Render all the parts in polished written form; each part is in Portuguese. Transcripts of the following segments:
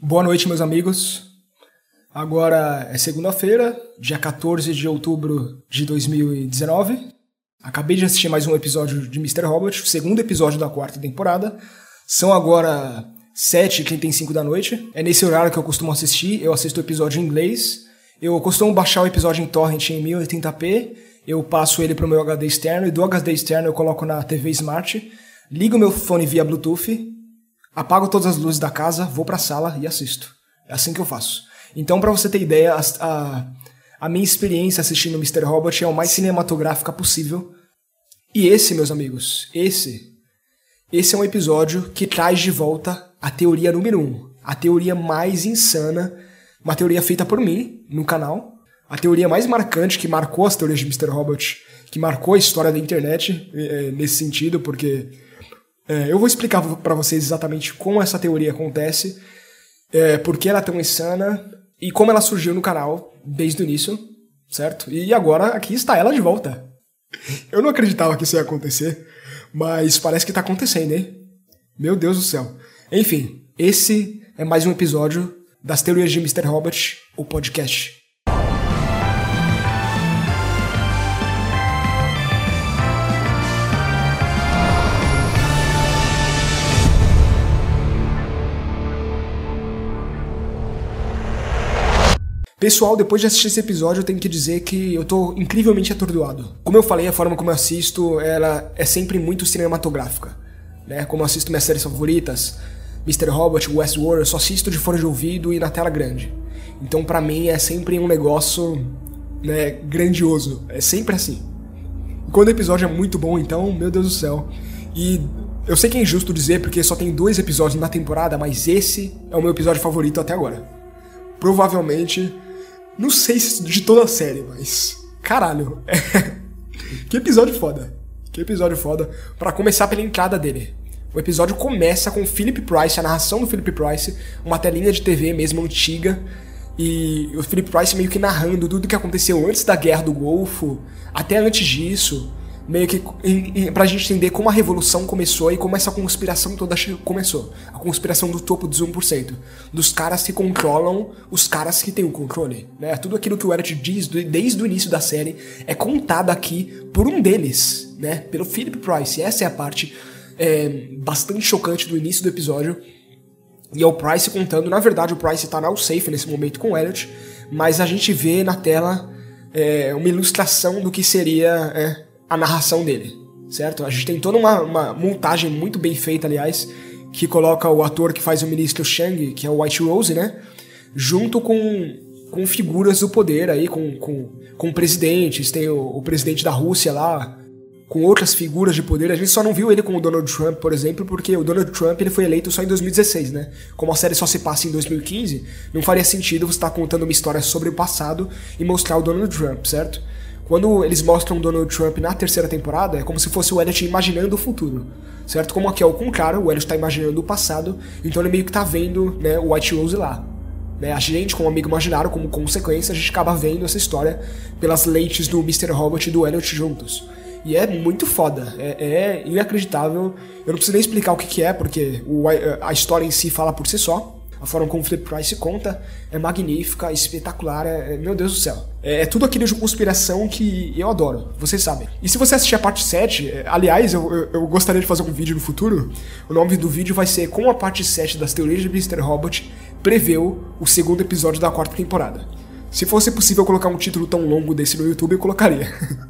Boa noite, meus amigos. Agora é segunda-feira, dia 14 de outubro de 2019. Acabei de assistir mais um episódio de Mr. Robot, o segundo episódio da quarta temporada. São agora 7h35 da noite. É nesse horário que eu costumo assistir. Eu assisto o episódio em inglês. Eu costumo baixar o episódio em torrent em 1080p. Eu passo ele para o meu HD externo e do HD externo eu coloco na TV Smart. Ligo meu fone via Bluetooth. Apago todas as luzes da casa, vou pra sala e assisto. É assim que eu faço. Então, pra você ter ideia, a minha experiência assistindo Mr. Robot é o mais cinematográfica possível. E esse, meus amigos, esse é um episódio que traz de volta a teoria número 1. A teoria mais insana, uma teoria feita por mim, no canal. A teoria mais marcante, que marcou as teorias de Mr. Robot, que marcou a história da internet, nesse sentido, porque... eu vou explicar pra vocês exatamente como essa teoria acontece, por que ela é tão insana e como ela surgiu no canal desde o início, certo? E agora aqui está ela de volta. Eu não acreditava que isso ia acontecer, mas parece que tá acontecendo, hein? Meu Deus do céu. Enfim, esse é mais um episódio das teorias de Mr. Robot, o podcast. Pessoal, depois de assistir esse episódio, eu tenho que dizer que eu tô incrivelmente atordoado. Como eu falei, a forma como eu assisto, ela é sempre muito cinematográfica, né? Como eu assisto minhas séries favoritas, Mr. Robot, Westworld, eu só assisto de fone de ouvido e na tela grande. Então, pra mim, é sempre um negócio, né, grandioso. É sempre assim. E quando o episódio é muito bom, então, meu Deus do céu. E eu sei que é injusto dizer, porque só tem 2 episódios na temporada, mas esse é o meu episódio favorito até agora. Provavelmente... não sei se de toda a série, mas... caralho. Que episódio foda. Que episódio foda. Pra começar pela entrada dele. O episódio começa com o Philip Price, a narração do Philip Price, uma telinha de TV mesmo, antiga. E o Philip Price meio que narrando tudo que aconteceu antes da Guerra do Golfo, até antes disso. Meio que pra gente entender como a revolução começou e como essa conspiração toda começou. A conspiração do topo dos 1%. Dos caras que controlam os caras que têm o controle, né? Tudo aquilo que o Elliot diz desde o início da série é contado aqui por um deles, né? Pelo Philip Price. E essa é a parte bastante chocante do início do episódio. E é o Price contando. Na verdade, o Price tá now safe nesse momento com o Elliot, mas a gente vê na tela uma ilustração do que seria... a narração dele, certo? A gente tem toda uma montagem muito bem feita, aliás, que coloca o ator que faz o ministro Chang, que é o White Rose, né? Junto com figuras do poder aí, com presidentes, tem o presidente da Rússia lá, com outras figuras de poder. A gente só não viu ele com o Donald Trump, por exemplo, porque o Donald Trump ele foi eleito só em 2016, né? Como a série só se passa em 2015, não faria sentido você estar contando uma história sobre o passado e mostrar o Donald Trump, certo? Quando eles mostram o Donald Trump na terceira temporada, é como se fosse o Elliot imaginando o futuro, certo? Como aqui é o contrário, o Elliot tá imaginando o passado, então ele meio que tá vendo, né, o White Rose lá. Né? A gente, como amigo imaginário, como consequência, a gente acaba vendo essa história pelas lentes do Mr. Robot e do Elliot juntos. E é muito foda, é inacreditável. Eu não preciso nem explicar o que é, porque a história em si fala por si só. A forma como o Philip Price conta é magnífica, espetacular, meu Deus do céu. É tudo aquilo de conspiração que eu adoro, vocês sabem. E se você assistir a parte 7, aliás, eu gostaria de fazer um vídeo no futuro. O nome do vídeo vai ser Como a parte 7 das teorias de Mr. Robot preveu o segundo episódio da quarta temporada. Se fosse possível colocar um título tão longo desse no YouTube, eu colocaria.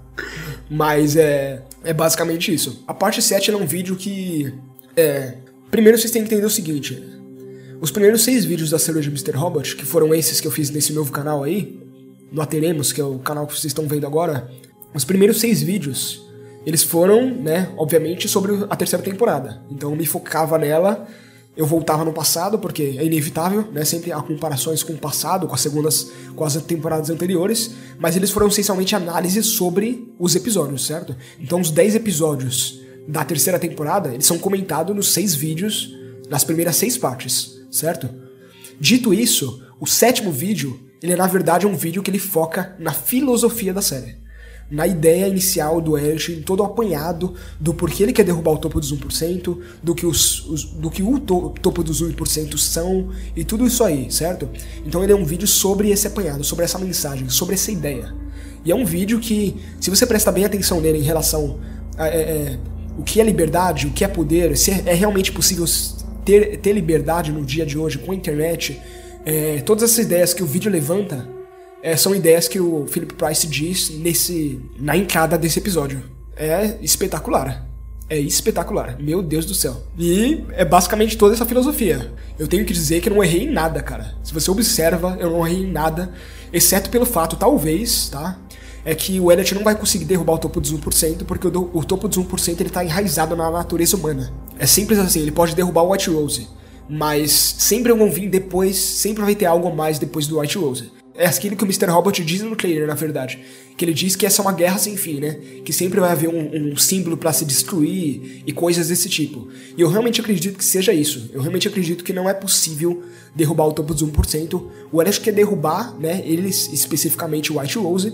Mas é basicamente isso. A parte 7 é um vídeo que... primeiro vocês têm que entender o seguinte... Os primeiros 6 vídeos da série de Mr. Robot, que foram esses que eu fiz nesse novo canal aí, no Ateremos, que é o canal que vocês estão vendo agora, os primeiros 6 vídeos, eles foram, né, obviamente, sobre a terceira temporada. Então eu me focava nela, eu voltava no passado, porque é inevitável, né, sempre há comparações com o passado, com as temporadas anteriores, mas eles foram essencialmente análises sobre os episódios, certo? Então os 10 episódios da terceira temporada, eles são comentados nos 6 vídeos, nas primeiras 6 partes. Certo? Dito isso, o 7º vídeo, ele na verdade é um vídeo que ele foca na filosofia da série. na ideia inicial do Elliot, em todo o apanhado do porquê ele quer derrubar o topo dos 1%, do que o topo dos 1% são, e tudo isso aí, certo? Então ele é um vídeo sobre esse apanhado, sobre essa mensagem, sobre essa ideia. E é um vídeo que, se você prestar bem atenção nele em relação a o que é liberdade, o que é poder, se é realmente possível ter liberdade no dia de hoje com a internet, todas essas ideias que o vídeo levanta são ideias que o Philip Price diz na entrada desse episódio. É espetacular. É espetacular. Meu Deus do céu. E é basicamente toda essa filosofia. Eu tenho que dizer que eu não errei em nada, cara. Se você observa, eu não errei em nada, exceto pelo fato, talvez, tá? É que o Elliot não vai conseguir derrubar o topo dos 1%, porque o topo dos 1% ele tá enraizado na natureza humana. É simples assim, ele pode derrubar o White Rose, mas sempre vão vir depois, sempre vai ter algo a mais depois do White Rose. É aquilo que o Mr. Robot diz no trailer, na verdade. Que ele diz que essa é uma guerra sem fim, né? Que sempre vai haver um símbolo pra se destruir e coisas desse tipo. E eu realmente acredito que seja isso. Eu realmente acredito que não é possível derrubar o topo dos 1%. O Elliot quer derrubar, né? Eles, especificamente o White Rose,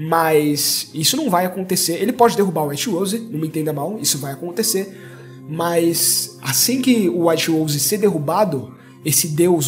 mas isso não vai acontecer. Ele pode derrubar o White Rose, não me entenda mal, isso vai acontecer. Mas assim que o White Rose ser derrubado, esse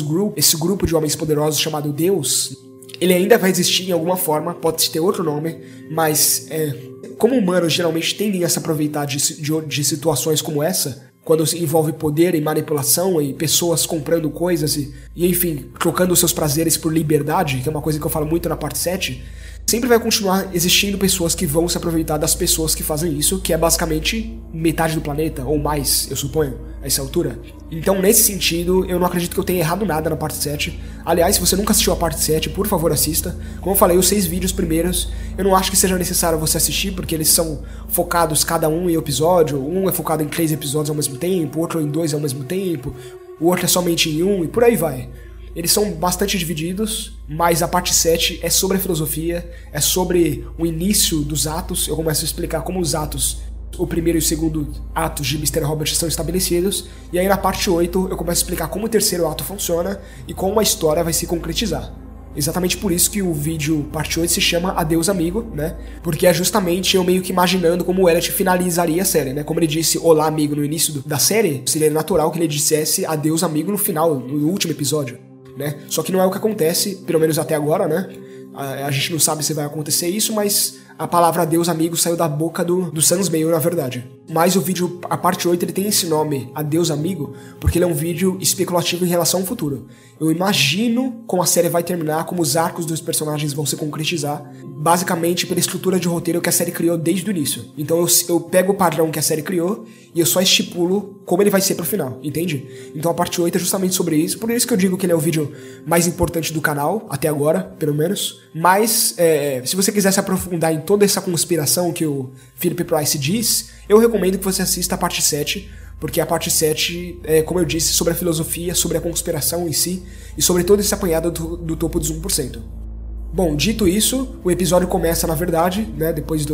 grupo de homens poderosos chamado Deus, ele ainda vai existir em alguma forma, pode ter outro nome, mas como humanos geralmente tendem a se aproveitar de situações como essa, quando envolve poder e manipulação e pessoas comprando coisas e enfim, trocando seus prazeres por liberdade, que é uma coisa que eu falo muito na parte 7, sempre vai continuar existindo pessoas que vão se aproveitar das pessoas que fazem isso, que é basicamente metade do planeta, ou mais, eu suponho, a essa altura. Então, nesse sentido, eu não acredito que eu tenha errado nada na parte 7. Aliás, se você nunca assistiu a parte 7, por favor assista. Como eu falei, os 6 vídeos primeiros, eu não acho que seja necessário você assistir, porque eles são focados cada um em episódio. Um é focado em 3 episódios ao mesmo tempo, o outro em 2 ao mesmo tempo, o outro é somente em 1, e por aí vai. Eles são bastante divididos, mas a parte 7 é sobre a filosofia, é sobre o início dos atos. Eu começo a explicar como os atos, o primeiro e o segundo atos de Mr. Robot são estabelecidos, e aí na parte 8 eu começo a explicar como o terceiro ato funciona e como a história vai se concretizar. Exatamente por isso que o vídeo parte 8 se chama Adeus Amigo, né? Porque é justamente eu meio que imaginando como o Elliot finalizaria a série, né? Como ele disse Olá Amigo no início da série, seria natural que ele dissesse Adeus Amigo no final, no último episódio, né? Só que não é o que acontece, pelo menos até agora, né? A gente não sabe se vai acontecer isso, mas a palavra Adeus Amigo saiu da boca do Sans Mail, na verdade. Mas o vídeo, a parte 8, ele tem esse nome, Adeus Amigo, porque ele é um vídeo especulativo em relação ao futuro. Eu imagino como a série vai terminar, como os arcos dos personagens vão se concretizar, basicamente pela estrutura de roteiro que a série criou desde o início. Então eu pego o padrão que a série criou e eu só estipulo como ele vai ser pro final, entende? Então a parte 8 é justamente sobre isso, por isso que eu digo que ele é o vídeo mais importante do canal, até agora, pelo menos. Mas, se você quiser se aprofundar em toda essa conspiração que o Philip Price diz, eu recomendo que você assista a parte 7, porque a parte 7 é, como eu disse, sobre a filosofia, sobre a conspiração em si, e sobre todo esse apanhado do topo dos 1%. Bom, dito isso, o episódio começa, na verdade, né, depois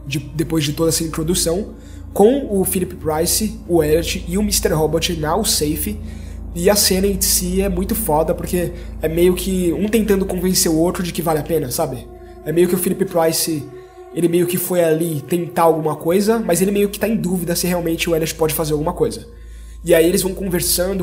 de toda essa introdução, com o Philip Price, o Elliot e o Mr. Robot na safe, e a cena em si é muito foda, porque é meio que um tentando convencer o outro de que vale a pena, sabe? É meio que o Philip Price, ele meio que foi ali tentar alguma coisa, mas ele meio que tá em dúvida se realmente o Elliot pode fazer alguma coisa. E aí eles vão conversando,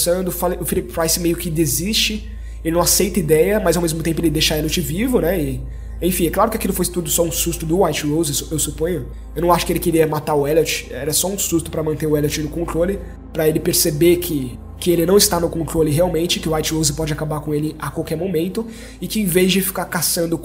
o Philip Price meio que desiste, ele não aceita a ideia, mas ao mesmo tempo ele deixa a Elliot vivo, né? E, enfim, é claro que aquilo foi tudo só um susto do White Rose, eu suponho. Eu não acho que ele queria matar o Elliot, era só um susto pra manter o Elliot no controle, pra ele perceber que ele não está no controle realmente, que o White Rose pode acabar com ele a qualquer momento, e que em vez de ficar caçando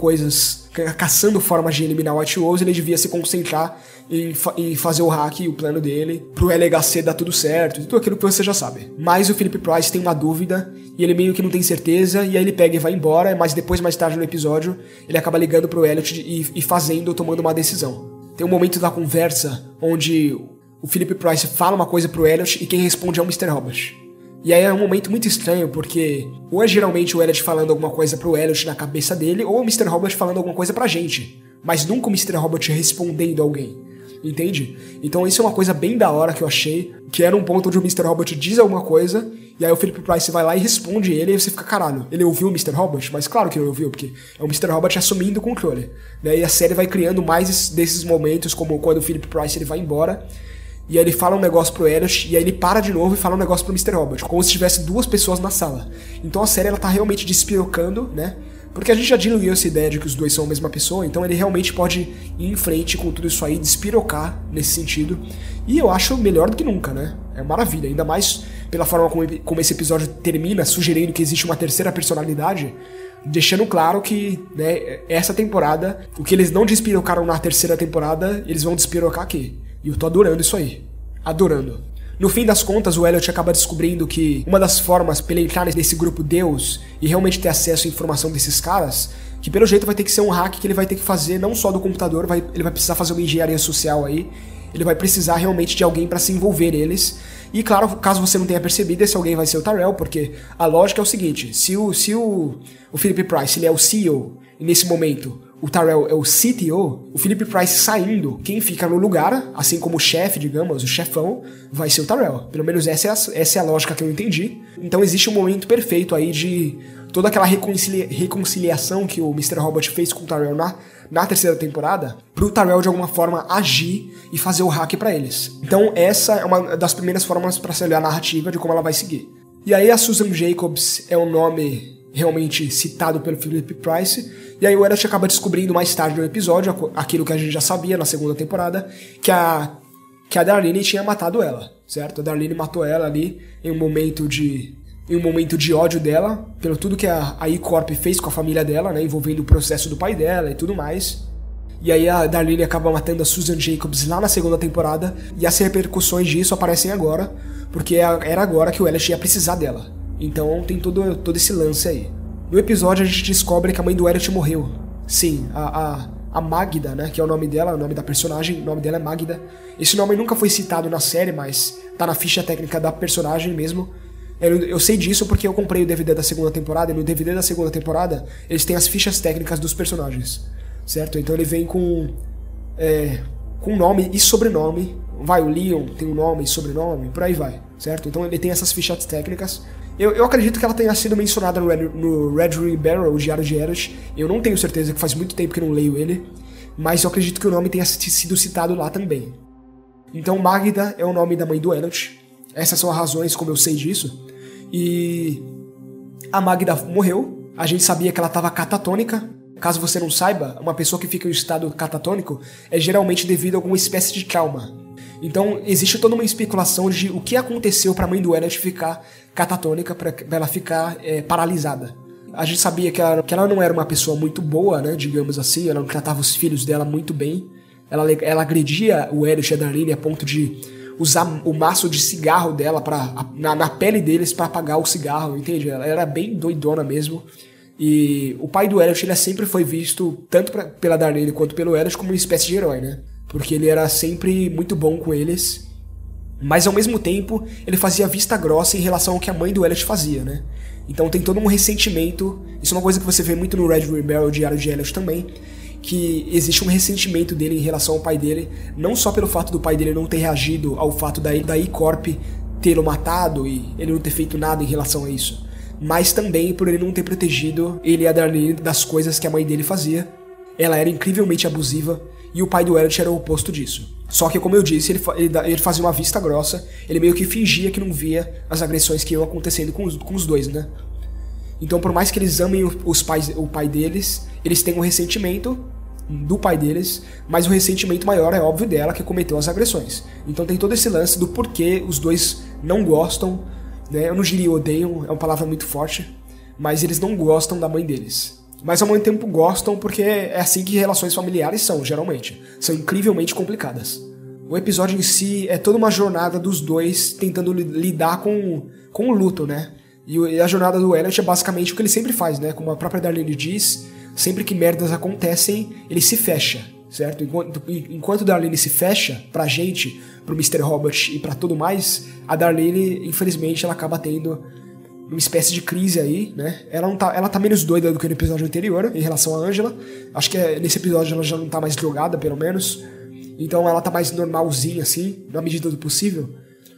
formas de eliminar o White Rose, ele devia se concentrar em fazer o hack e o plano dele, pro LHC dar tudo certo, e tudo aquilo que você já sabe. Mas o Philip Price tem uma dúvida, e ele meio que não tem certeza, e aí ele pega e vai embora, mas depois, mais tarde no episódio, ele acaba ligando pro Elliot e tomando uma decisão. Tem um momento da conversa onde o Philip Price fala uma coisa pro Elliot e quem responde é o Mr. Robot. E aí é um momento muito estranho, porque ou é geralmente o Elliot falando alguma coisa pro Elliot na cabeça dele, ou o Mr. Robot falando alguma coisa pra gente, mas nunca o Mr. Robot respondendo alguém. entende? Então isso é uma coisa bem da hora que eu achei, que era um ponto onde o Mr. Robot diz alguma coisa, e aí o Philip Price vai lá e responde ele, e você fica, caralho, ele ouviu o Mr. Robot? Mas claro que ele ouviu, porque é o Mr. Robot assumindo o controle, né? E a série vai criando mais desses momentos, como quando o Philip Price ele vai embora, e aí ele fala um negócio pro Elliot, e aí ele para de novo e fala um negócio pro Mr. Robot, como se tivesse duas pessoas na sala. Então a série ela tá realmente despirocando, né? Porque a gente já diluiu essa ideia de que os dois são a mesma pessoa, então ele realmente pode ir em frente com tudo isso aí, despirocar nesse sentido. E eu acho melhor do que nunca, né? É maravilha, ainda mais pela forma como esse episódio termina, sugerindo que existe uma terceira personalidade, deixando claro que, né, essa temporada, o que eles não despirocaram na terceira temporada, eles vão despirocar aqui. E eu tô adorando isso aí. Adorando. No fim das contas, o Elliot acaba descobrindo que uma das formas pra ele entrar nesse grupo Deus e realmente ter acesso à informação desses caras, que pelo jeito vai ter que ser um hack que ele vai ter que fazer não só do computador, ele vai precisar fazer uma engenharia social aí, ele vai precisar realmente de alguém pra se envolver neles. E claro, caso você não tenha percebido, esse alguém vai ser o Tyrell, porque a lógica é o seguinte, se o Philip Price ele é o CEO, e nesse momento o Tyrell é o CTO, o Philip Price saindo, quem fica no lugar, assim como o chefe, digamos, o chefão, vai ser o Tyrell. Pelo menos essa é a lógica que eu entendi. Então existe um momento perfeito aí de toda aquela reconciliação que o Mr. Robot fez com o Tyrell na terceira temporada, pro Tyrell de alguma forma agir e fazer o hack pra eles. Então essa é uma das primeiras formas pra se olhar a narrativa de como ela vai seguir. E aí a Susan Jacobs é um nome realmente citado pelo Philip Price, e aí o Elliot acaba descobrindo mais tarde no episódio aquilo que a gente já sabia na segunda temporada, que a Darlene tinha matado ela, certo? A Darlene matou ela ali em um momento de ódio dela, pelo tudo que a E-Corp fez com a família dela, né, envolvendo o processo do pai dela e tudo mais. E aí a Darlene acaba matando a Susan Jacobs lá na segunda temporada, e as repercussões disso aparecem agora, porque era agora que o Elliot ia precisar dela. Então tem todo esse lance aí. No episódio a gente descobre que a mãe do Elliot morreu. Sim, a Magda, né, que é o nome dela, o nome da personagem, o nome dela é Magda. Esse nome nunca foi citado na série, mas tá na ficha técnica da personagem mesmo. Eu sei disso porque eu comprei o DVD da segunda temporada, e no DVD da segunda temporada eles têm as fichas técnicas dos personagens, certo? Então ele vem com nome e sobrenome. Vai, o Leon tem um nome e sobrenome, por aí vai, certo? Então ele tem essas fichas técnicas. Eu acredito que ela tenha sido mencionada no Red Rebel, o Diário de Elliot. Eu não tenho certeza, que faz muito tempo que eu não leio ele, mas eu acredito que o nome tenha sido citado lá também. Então Magda é o nome da mãe do Elliot. Essas são as razões como eu sei disso. E a Magda morreu. A gente sabia que ela estava catatônica. Caso você não saiba, uma pessoa que fica em estado catatônico é geralmente devido a alguma espécie de trauma. Então existe toda uma especulação de o que aconteceu para a mãe do Elliot ficar catatônica, para ela ficar paralisada. A gente sabia que ela não era uma pessoa muito boa, né, digamos assim, ela não tratava os filhos dela muito bem. Ela agredia o Elliot e a Darlene a ponto de usar o maço de cigarro dela na pele deles para apagar o cigarro, entende? Ela era bem doidona mesmo. E o pai do Elliot, ele sempre foi visto, tanto pela Darlene quanto pelo Elliot, como uma espécie de herói, né? Porque ele era sempre muito bom com eles, mas ao mesmo tempo ele fazia vista grossa em relação ao que a mãe do Elliot fazia, né? Então tem todo um ressentimento, isso é uma coisa que você vê muito no Red Rebel, o Diário de Elliot também, que existe um ressentimento dele em relação ao pai dele, não só pelo fato do pai dele não ter reagido ao fato da E-Corp tê-lo matado e ele não ter feito nada em relação a isso, mas também por ele não ter protegido ele e a Darlene das coisas que a mãe dele fazia. Ela era incrivelmente abusiva, e o pai do Elliot era o oposto disso. Só que, como eu disse, ele fazia uma vista grossa, ele meio que fingia que não via as agressões que iam acontecendo com os dois, né? Então, por mais que eles amem o pai deles, eles têm um ressentimento do pai deles, mas o ressentimento maior é óbvio dela, que cometeu as agressões. Então tem todo esse lance do porquê os dois não gostam, né? Eu não diria odeiam, é uma palavra muito forte, mas eles não gostam da mãe deles. Mas ao mesmo tempo gostam porque é assim que relações familiares são, geralmente. São incrivelmente complicadas. O episódio em si é toda uma jornada dos dois tentando lidar com o luto, né? E a jornada do Elliot é basicamente o que ele sempre faz, né? Como a própria Darlene diz, sempre que merdas acontecem, ele se fecha, certo? Enquanto Darlene se fecha pra gente, pro Mr. Robot e pra tudo mais, a Darlene, infelizmente, ela acaba tendo uma espécie de crise aí, né? Ela tá menos doida do que no episódio anterior, em relação a Angela. Acho que nesse episódio ela já não tá mais drogada, pelo menos. Então ela tá mais normalzinha, assim, na medida do possível.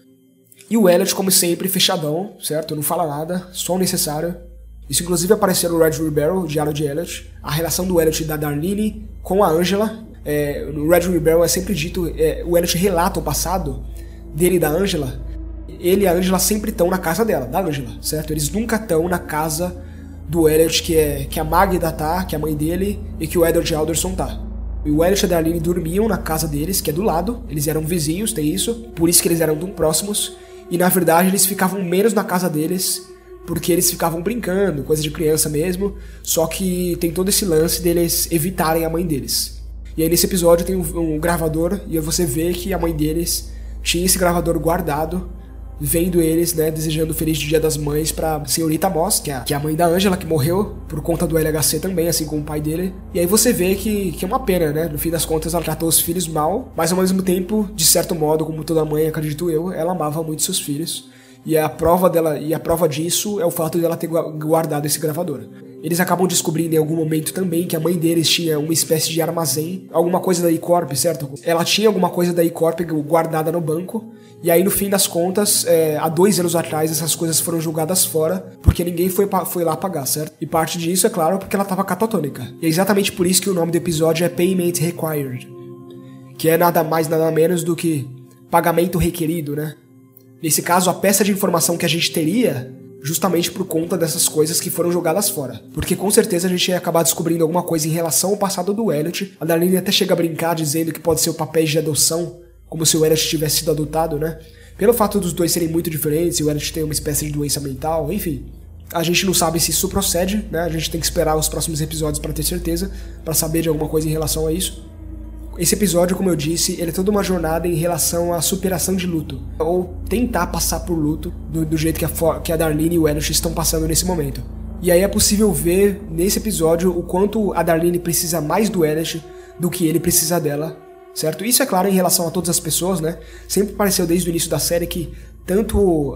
E o Elliot, como sempre, fechadão, certo? Não fala nada, só o necessário. Isso inclusive apareceu no Red Rebel, o Diário de Elliot. A relação do Elliot e da Darlene com a Angela. No Red Rebel é sempre dito, o Elliot relata o passado dele e da Angela. Ele e a Angela sempre estão na casa dela, da Angela, certo? Eles nunca estão na casa do Elliot, que a Magda tá, que é a mãe dele, e que o Edward Alderson tá. E o Elliot e a Darlene dormiam na casa deles, que é do lado. Eles eram vizinhos, tem isso. Por isso que eles eram tão próximos. E na verdade eles ficavam menos na casa deles, porque eles ficavam brincando, coisa de criança mesmo. Só que tem todo esse lance deles evitarem a mãe deles. E aí nesse episódio tem um gravador, e você vê que a mãe deles tinha esse gravador guardado, vendo eles, né, desejando feliz Dia das Mães pra senhorita Moss, que é a mãe da Angela, que morreu por conta do LHC também, assim como o pai dele. E aí você vê que é uma pena, né? No fim das contas, ela tratou os filhos mal, mas ao mesmo tempo, de certo modo, como toda mãe, acredito eu, ela amava muito seus filhos. E a prova disso é o fato dela ter guardado esse gravador. Eles acabam descobrindo em algum momento também que a mãe deles tinha uma espécie de armazém, alguma coisa da E-Corp, certo? Ela tinha alguma coisa da E-Corp guardada no banco, e aí no fim das contas, há 2 anos atrás, essas coisas foram jogadas fora, porque ninguém foi lá pagar, certo? E parte disso, é claro, porque ela estava catatônica. E é exatamente por isso que o nome do episódio é Payment Required, que é nada mais, nada menos do que pagamento requerido, né? Nesse caso, a peça de informação que a gente teria, justamente por conta dessas coisas que foram jogadas fora. Porque com certeza a gente ia acabar descobrindo alguma coisa em relação ao passado do Elliot. A Darlene até chega a brincar dizendo que pode ser o papel de adoção, como se o Elliot tivesse sido adotado, né? Pelo fato dos dois serem muito diferentes, e o Elliot tem uma espécie de doença mental, enfim. A gente não sabe se isso procede, né? A gente tem que esperar os próximos episódios para ter certeza, para saber de alguma coisa em relação a isso. Esse episódio, como eu disse, ele é toda uma jornada em relação à superação de luto, ou tentar passar por luto do jeito que a Darlene e o Elliot estão passando nesse momento. E aí é possível ver nesse episódio o quanto a Darlene precisa mais do Elliot do que ele precisa dela, certo? Isso é claro em relação a todas as pessoas, né? Sempre pareceu desde o início da série que tanto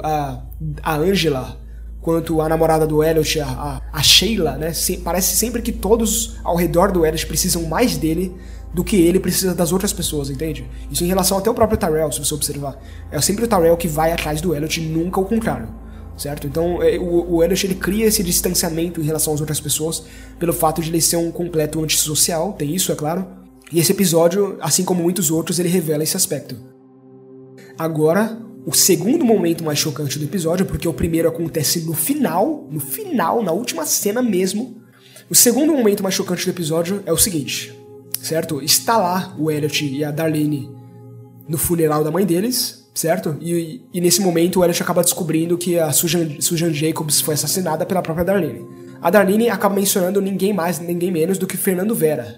a Angela quanto a namorada do Elliot, a Sheila, né? Parece sempre que todos ao redor do Elliot precisam mais dele do que ele precisa das outras pessoas, entende? Isso em relação até o próprio Tyrell, se você observar. É sempre o Tyrell que vai atrás do Elliot, nunca o contrário, certo? Então o Elliot, ele cria esse distanciamento em relação às outras pessoas pelo fato de ele ser um completo antissocial, tem isso, é claro. E esse episódio, assim como muitos outros, ele revela esse aspecto. Agora, o segundo momento mais chocante do episódio, porque o primeiro acontece no final, na última cena mesmo. O segundo momento mais chocante do episódio é o seguinte, certo? Está lá o Elliot e a Darlene no funeral da mãe deles, certo? E nesse momento o Elliot acaba descobrindo que a Susan Jacobs foi assassinada pela própria Darlene. A Darlene acaba mencionando ninguém mais, ninguém menos do que Fernando Vera.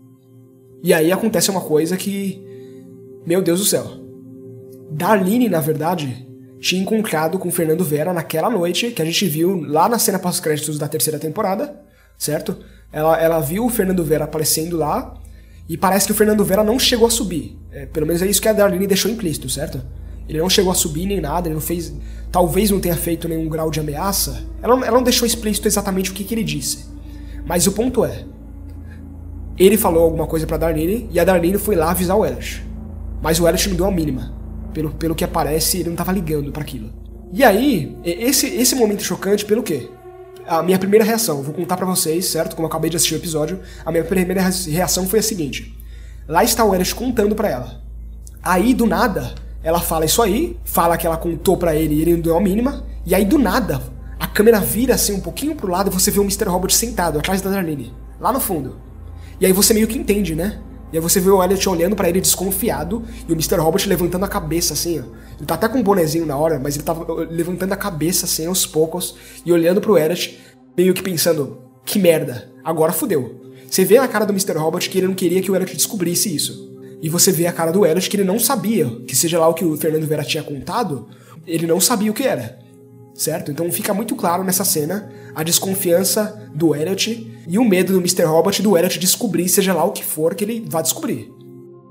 E aí acontece uma coisa que... Meu Deus do céu. Darlene, na verdade, tinha encontrado com Fernando Vera naquela noite que a gente viu lá na cena pós-créditos da 3ª temporada, certo? Ela viu o Fernando Vera aparecendo lá e parece que o Fernando Vera não chegou a subir. Pelo menos é isso que a Darlene deixou implícito, certo? Ele não chegou a subir nem nada, ele não fez... Talvez não tenha feito nenhum grau de ameaça. Ela não deixou explícito exatamente o que ele disse. Mas o ponto é... Ele falou alguma coisa pra Darlene e a Darlene foi lá avisar o Elliot. Mas o Elliot não deu a mínima. Pelo que aparece, ele não tava ligando pra aquilo. E aí, esse momento chocante, pelo quê? A minha primeira reação, vou contar pra vocês, certo? Como eu acabei de assistir o episódio, a minha primeira reação foi a seguinte. Lá está o Elliot contando pra ela. Aí, do nada, ela fala isso aí, fala que ela contou pra ele e ele não deu a mínima, e aí, do nada, a câmera vira assim um pouquinho pro lado e você vê o Mr. Robot sentado atrás da Darlene, lá no fundo. E aí você meio que entende, né? E aí você vê o Elliot olhando pra ele desconfiado e o Mr. Robot levantando a cabeça assim, ó. Ele tá até com um bonezinho na hora, mas ele tava levantando a cabeça assim aos poucos e olhando pro Elliot, meio que pensando, que merda, agora fudeu. Você vê a cara do Mr. Robot que ele não queria que o Elliot descobrisse isso. E você vê a cara do Elliot que ele não sabia, que seja lá o que o Fernando Vera tinha contado, ele não sabia o que era. Certo? Então fica muito claro nessa cena a desconfiança do Elliot e o medo do Mr. Robot do Elliot descobrir, seja lá o que for que ele vai descobrir.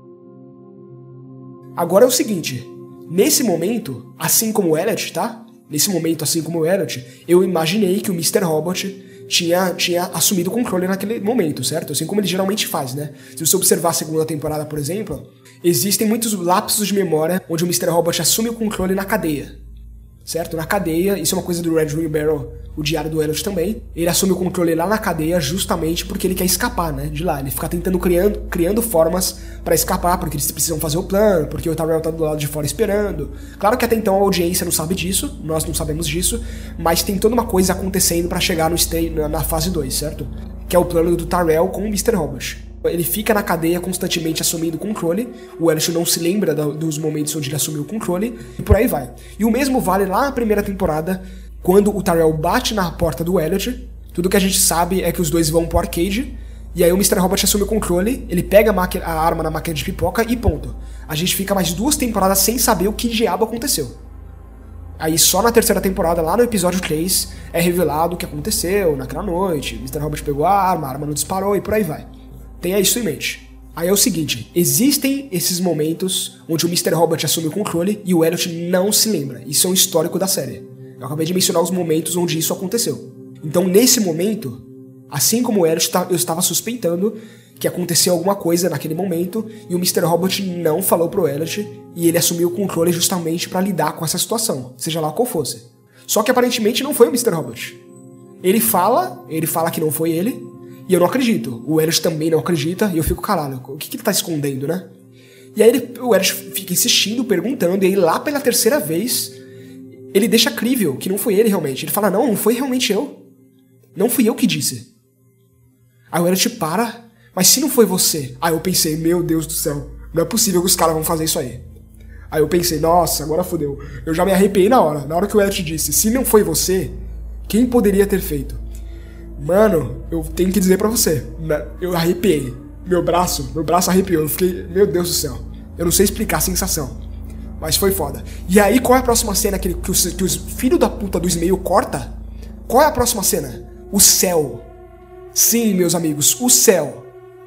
Agora é o seguinte, nesse momento, assim como o Elliot, tá? Nesse momento, assim como o Elliot, eu imaginei que o Mr. Robot tinha assumido o controle naquele momento, certo? Assim como ele geralmente faz, né? Se você observar a segunda temporada, por exemplo, existem muitos lapsos de memória onde o Mr. Robot assume o controle na cadeia, certo? Na cadeia, isso é uma coisa do Red Wheelbarrow, o diário do Elliot também. Ele assume o controle lá na cadeia justamente porque ele quer escapar, né? De lá. Ele fica tentando criando formas pra escapar, porque eles precisam fazer o plano, porque o Tyrell tá do lado de fora esperando. Claro que até então a audiência não sabe disso, nós não sabemos disso, mas tem toda uma coisa acontecendo pra chegar na fase 2, certo? Que é o plano do Tyrell com o Mr. Robot. Ele fica na cadeia constantemente assumindo o controle, o Elliot não se lembra dos momentos onde ele assumiu o controle, e por aí vai. E o mesmo vale lá na primeira temporada, quando o Tyrell bate na porta do Elliot. Tudo que a gente sabe é que os dois vão pro arcade, e aí o Mr. Robot assume o controle, ele pega a arma na máquina de pipoca e ponto. A gente fica mais 2 temporadas sem saber o que diabo aconteceu. Aí só na terceira temporada, lá no episódio 3, é revelado o que aconteceu naquela noite. O Mr. Robot pegou a arma não disparou e por aí vai. Tenha isso em mente. Aí é o seguinte, existem esses momentos onde o Mr. Robot assume o controle e o Elliot não se lembra. Isso é um histórico da série. Eu acabei de mencionar os momentos onde isso aconteceu. Então, nesse momento, assim como o Elliot, eu estava suspeitando que aconteceu alguma coisa naquele momento e o Mr. Robot não falou pro Elliot e ele assumiu o controle justamente para lidar com essa situação, seja lá qual fosse. Só que aparentemente não foi o Mr. Robot. Ele fala que não foi ele, e eu não acredito. O Elliot também não acredita, e eu fico, caralho, o que ele tá escondendo, né? E aí o Elliot fica insistindo, perguntando, e aí lá pela terceira vez, ele deixa crível que não foi ele realmente. Ele fala, não foi realmente eu. Não fui eu que disse. Aí o Elliot para, mas se não foi você? Aí eu pensei, meu Deus do céu, não é possível que os caras vão fazer isso aí. Aí eu pensei, nossa, agora fodeu. Eu já me arrepiei na hora que o Elliot disse, se não foi você, quem poderia ter feito? Mano, eu tenho que dizer pra você, eu arrepiei. Meu braço arrepiou. Eu fiquei, meu Deus do céu. Eu não sei explicar a sensação, mas foi foda. E aí, qual é a próxima cena que os filhos da puta do Smail corta? Qual é a próxima cena? O céu. Sim, meus amigos, o céu.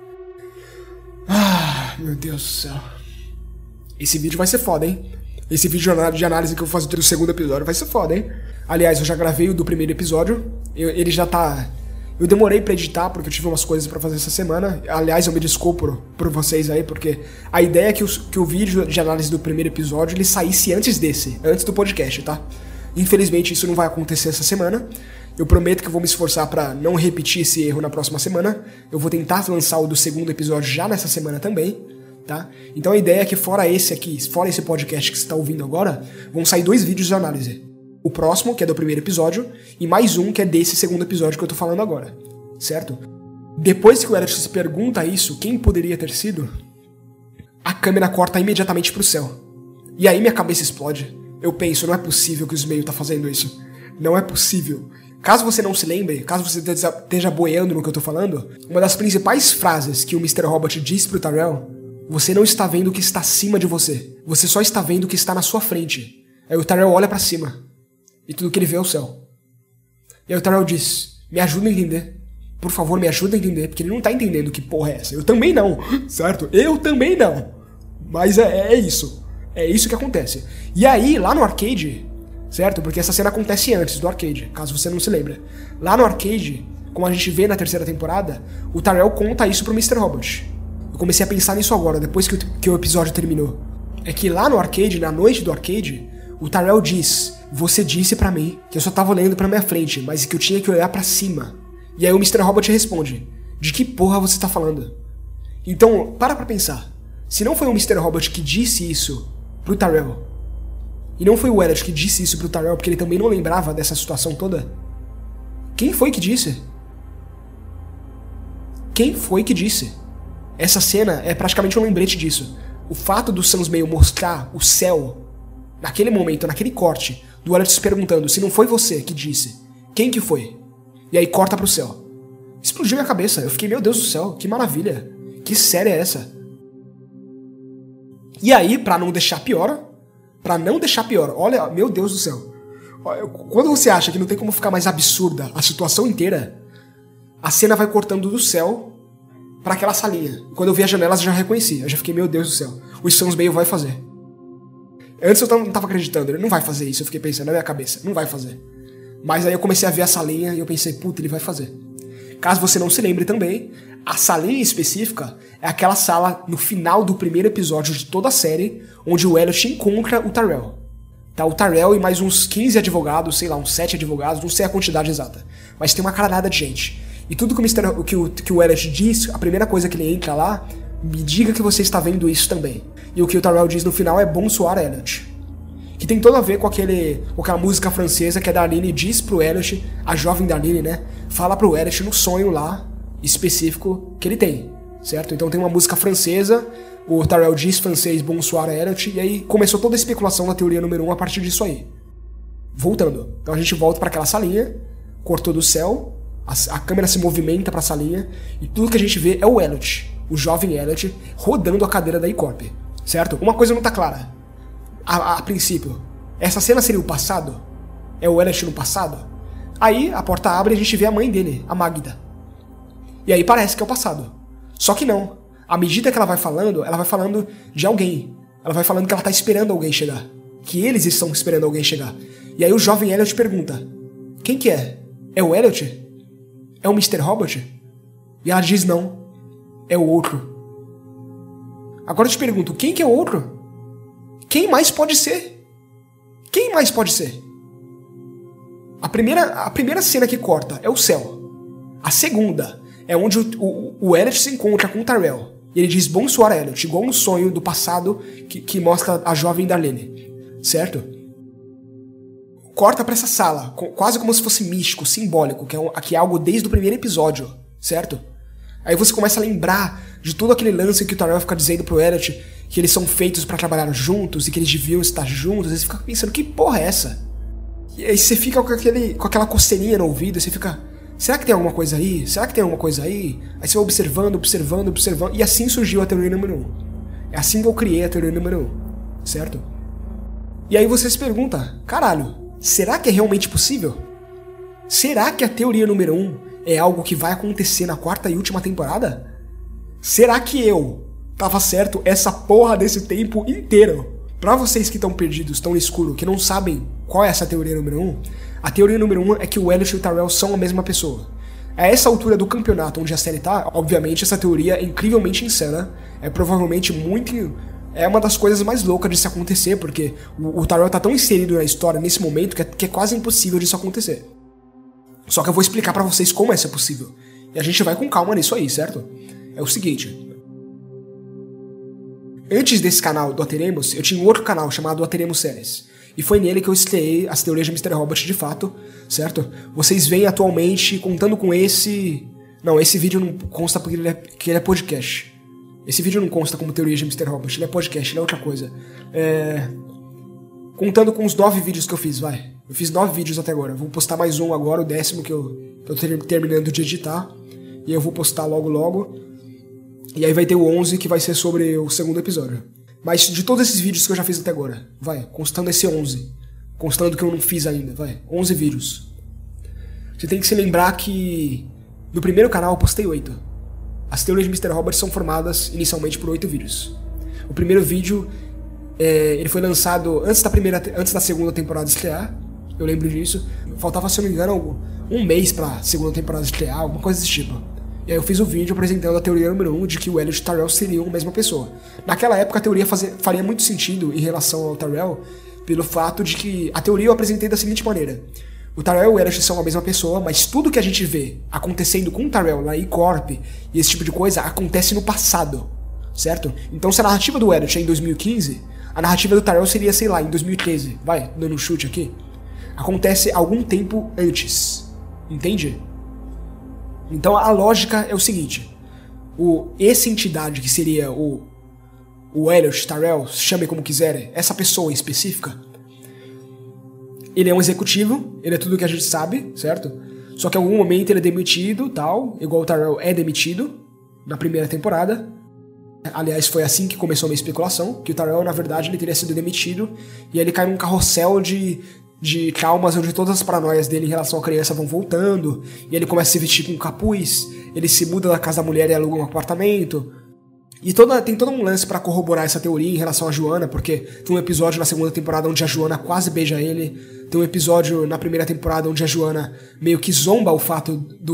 Ah, meu Deus do céu. Esse vídeo vai ser foda, hein? Esse vídeo de análise que eu vou fazer do segundo episódio vai ser foda, hein? Aliás, eu já gravei o do primeiro episódio. Ele já tá... Eu demorei pra editar porque eu tive umas coisas pra fazer essa semana. Aliás, eu me desculpo por vocês aí, porque a ideia é que o vídeo de análise do primeiro episódio ele saísse antes do podcast, tá? Infelizmente isso não vai acontecer essa semana. Eu prometo que eu vou me esforçar pra não repetir esse erro na próxima semana. Eu vou tentar lançar o do segundo episódio já nessa semana também, tá? Então a ideia é que fora esse podcast que você tá ouvindo agora, vão sair 2 vídeos de análise. O próximo, que é do primeiro episódio, e mais um que é desse segundo episódio que eu tô falando agora, certo? Depois que o Elliot se pergunta isso, quem poderia ter sido, a câmera corta imediatamente pro céu. E aí minha cabeça explode. Eu penso, não é possível que o Smail tá fazendo isso. Não é possível. Caso você não se lembre, caso você esteja boiando no que eu tô falando, uma das principais frases que o Mr. Robot diz pro Tyrell: você não está vendo o que está acima de você. Você só está vendo o que está na sua frente. Aí o Tyrell olha pra cima. E tudo que ele vê é o céu. E aí o Tyrell diz, me ajuda a entender. Por favor, me ajuda a entender. Porque ele não tá entendendo que porra é essa. Eu também não, certo? Eu também não. Mas é isso. É isso que acontece. E aí, lá no arcade, certo? Porque essa cena acontece antes do arcade, caso você não se lembre. Lá no arcade, como a gente vê na terceira temporada, o Tyrell conta isso pro Mr. Robot. Eu comecei a pensar nisso agora, depois que o episódio terminou. É que lá no arcade, na noite do arcade, o Tyrell diz... Você disse pra mim que eu só tava olhando pra minha frente, mas que eu tinha que olhar pra cima. E aí o Mr. Robot responde, de que porra você tá falando? Então, para pra pensar. Se não foi o Mr. Robot que disse isso pro Tyrell, e não foi o Elliot que disse isso pro Tyrell porque ele também não lembrava dessa situação toda, quem foi que disse? Quem foi que disse? Essa cena é praticamente um lembrete disso. O fato do Sam Smail mostrar o céu naquele momento, naquele corte, do Elliot se perguntando se não foi você que disse, quem que foi? E aí corta pro céu. Explodiu minha cabeça. Eu fiquei, meu Deus do céu, que maravilha. Que série é essa? E aí, pra não deixar pior, olha, meu Deus do céu. Quando você acha que não tem como ficar mais absurda a situação inteira, a cena vai cortando do céu pra aquela salinha. Quando eu vi as janelas, eu já reconheci. Eu já fiquei, meu Deus do céu, o Sam Smail vai fazer. Antes eu não tava acreditando, ele não vai fazer isso, eu fiquei pensando na minha cabeça, não vai fazer. Mas aí eu comecei a ver a salinha e eu pensei, puta, ele vai fazer. Caso você não se lembre também, a salinha específica é aquela sala no final do primeiro episódio de toda a série, onde o Elliot encontra o Tyrell. Tá, o Tyrell e mais uns 15 advogados, sei lá, uns 7 advogados, não sei a quantidade exata. Mas tem uma caralhada de gente. E tudo que o Elliot diz, a primeira coisa que ele entra lá, me diga que você está vendo isso também. E o que o Tyrell diz no final é Bonsoir, Elliot. Que tem todo a ver com aquela música francesa que a Darlene diz pro Elliot, a jovem Darlene, né? Fala pro Elliot no sonho lá, específico, que ele tem, certo? Então tem uma música francesa, o Tyrell diz francês Bonsoir, Elliot, e aí começou toda a especulação da teoria número 1 a partir disso aí. Voltando. Então a gente volta para aquela salinha, cortou do céu, a câmera se movimenta pra salinha, e tudo que a gente vê é o Elliot, o jovem Elliot, rodando a cadeira da E-Corp, certo? Uma coisa não tá clara. A princípio, essa cena seria o passado? É o Elliot no passado? Aí a porta abre e a gente vê a mãe dele, a Magda. E aí parece que é o passado. Só que não. À medida que ela vai falando de alguém. Ela vai falando que ela tá esperando alguém chegar. Que eles estão esperando alguém chegar. E aí o jovem Elliot pergunta: quem que é? É o Elliot? É o Mr. Robot? E ela diz não. É o outro. Agora eu te pergunto, quem que é o outro? Quem mais pode ser? Quem mais pode ser? A primeira cena que corta é o céu. A segunda é onde o Elliot se encontra com o Tyrell. E ele diz Bonsoir, Elliot, igual um sonho do passado que mostra a jovem Darlene. Certo? Corta pra essa sala, quase como se fosse místico, simbólico, que é algo desde o primeiro episódio. Certo? Aí você começa a lembrar de todo aquele lance que o Tyrell fica dizendo pro Elliot que eles são feitos pra trabalhar juntos e que eles deviam estar juntos. Aí você fica pensando, que porra é essa? E aí você fica com aquela coceirinha no ouvido, e você fica, será que tem alguma coisa aí? Será que tem alguma coisa aí? Aí você vai observando, e assim surgiu a teoria número 1. É assim que eu criei a teoria número 1, certo? E aí você se pergunta, caralho, será que é realmente possível? Será que a teoria número 1 é algo que vai acontecer na 4ª e última temporada? Será que eu tava certo essa porra desse tempo inteiro? Pra vocês que estão perdidos, estão no escuro, que não sabem qual é essa teoria número 1, a teoria número 1 é que o Elliot e o Tyrell são a mesma pessoa. A essa altura do campeonato onde a série tá, obviamente essa teoria é incrivelmente insana, é provavelmente é uma das coisas mais loucas de se acontecer, porque o Tyrell tá tão inserido na história nesse momento que é quase impossível disso acontecer. Só que eu vou explicar pra vocês como é isso possível. E a gente vai com calma nisso aí, certo? É o seguinte. Antes desse canal do Ateremos, eu tinha um outro canal chamado Ateremos Séries. E foi nele que eu estreiei as teorias de Mr. Robot de fato, certo? Vocês veem atualmente contando com esse... Não, esse vídeo não consta porque ele é podcast. Esse vídeo não consta como teoria de Mr. Robot, ele é podcast, ele é outra coisa. Contando com os 9 vídeos que eu fiz, vai. Eu fiz 9 vídeos até agora. Vou postar mais um agora, o 10º que eu tô terminando de editar. E eu vou postar logo. E aí vai ter o 11 que vai ser sobre o 2º episódio. Mas de todos esses vídeos que eu já fiz até agora, vai, constando esse 11. Constando que eu não fiz ainda, vai. 11 vídeos. Você tem que se lembrar que no primeiro canal eu postei 8. As teorias de Mr. Robot são formadas inicialmente por 8 vídeos. O primeiro vídeo, ele foi lançado antes da 2ª temporada estrear. Eu lembro disso. Faltava, se eu não me engano, um mês pra 2ª temporada estrear, alguma coisa desse tipo. E aí eu fiz o vídeo apresentando a teoria número 1 de que o Elliot e o Tyrell seriam a mesma pessoa. Naquela época a teoria faria muito sentido em relação ao Tyrell, pelo fato de que a teoria eu apresentei da seguinte maneira. O Tyrell e o Elliot são a mesma pessoa, mas tudo que a gente vê acontecendo com o Tyrell na E-Corp e esse tipo de coisa acontece no passado, certo? Então se a narrativa do Elliot é em 2015, a narrativa do Tyrell seria, sei lá, em 2013, vai, dando um chute aqui. Acontece algum tempo antes, entende? Então a lógica é o seguinte, essa entidade que seria o Elliot, Tyrell, chame como quiserem, essa pessoa específica, ele é um executivo, ele é tudo que a gente sabe, certo? Só que em algum momento ele é demitido, tal, igual o Tyrell é demitido na primeira temporada. Aliás, foi assim que começou a minha especulação, que o Tyrell, na verdade, ele teria sido demitido e ele cai num carrossel de traumas onde todas as paranoias dele em relação à criança vão voltando, e ele começa a se vestir com um capuz, ele se muda da casa da mulher e aluga um apartamento, E tem todo um lance pra corroborar essa teoria em relação a Joanna, porque tem um episódio na segunda temporada onde a Joanna quase beija ele, tem um episódio na primeira temporada onde a Joanna meio que zomba o fato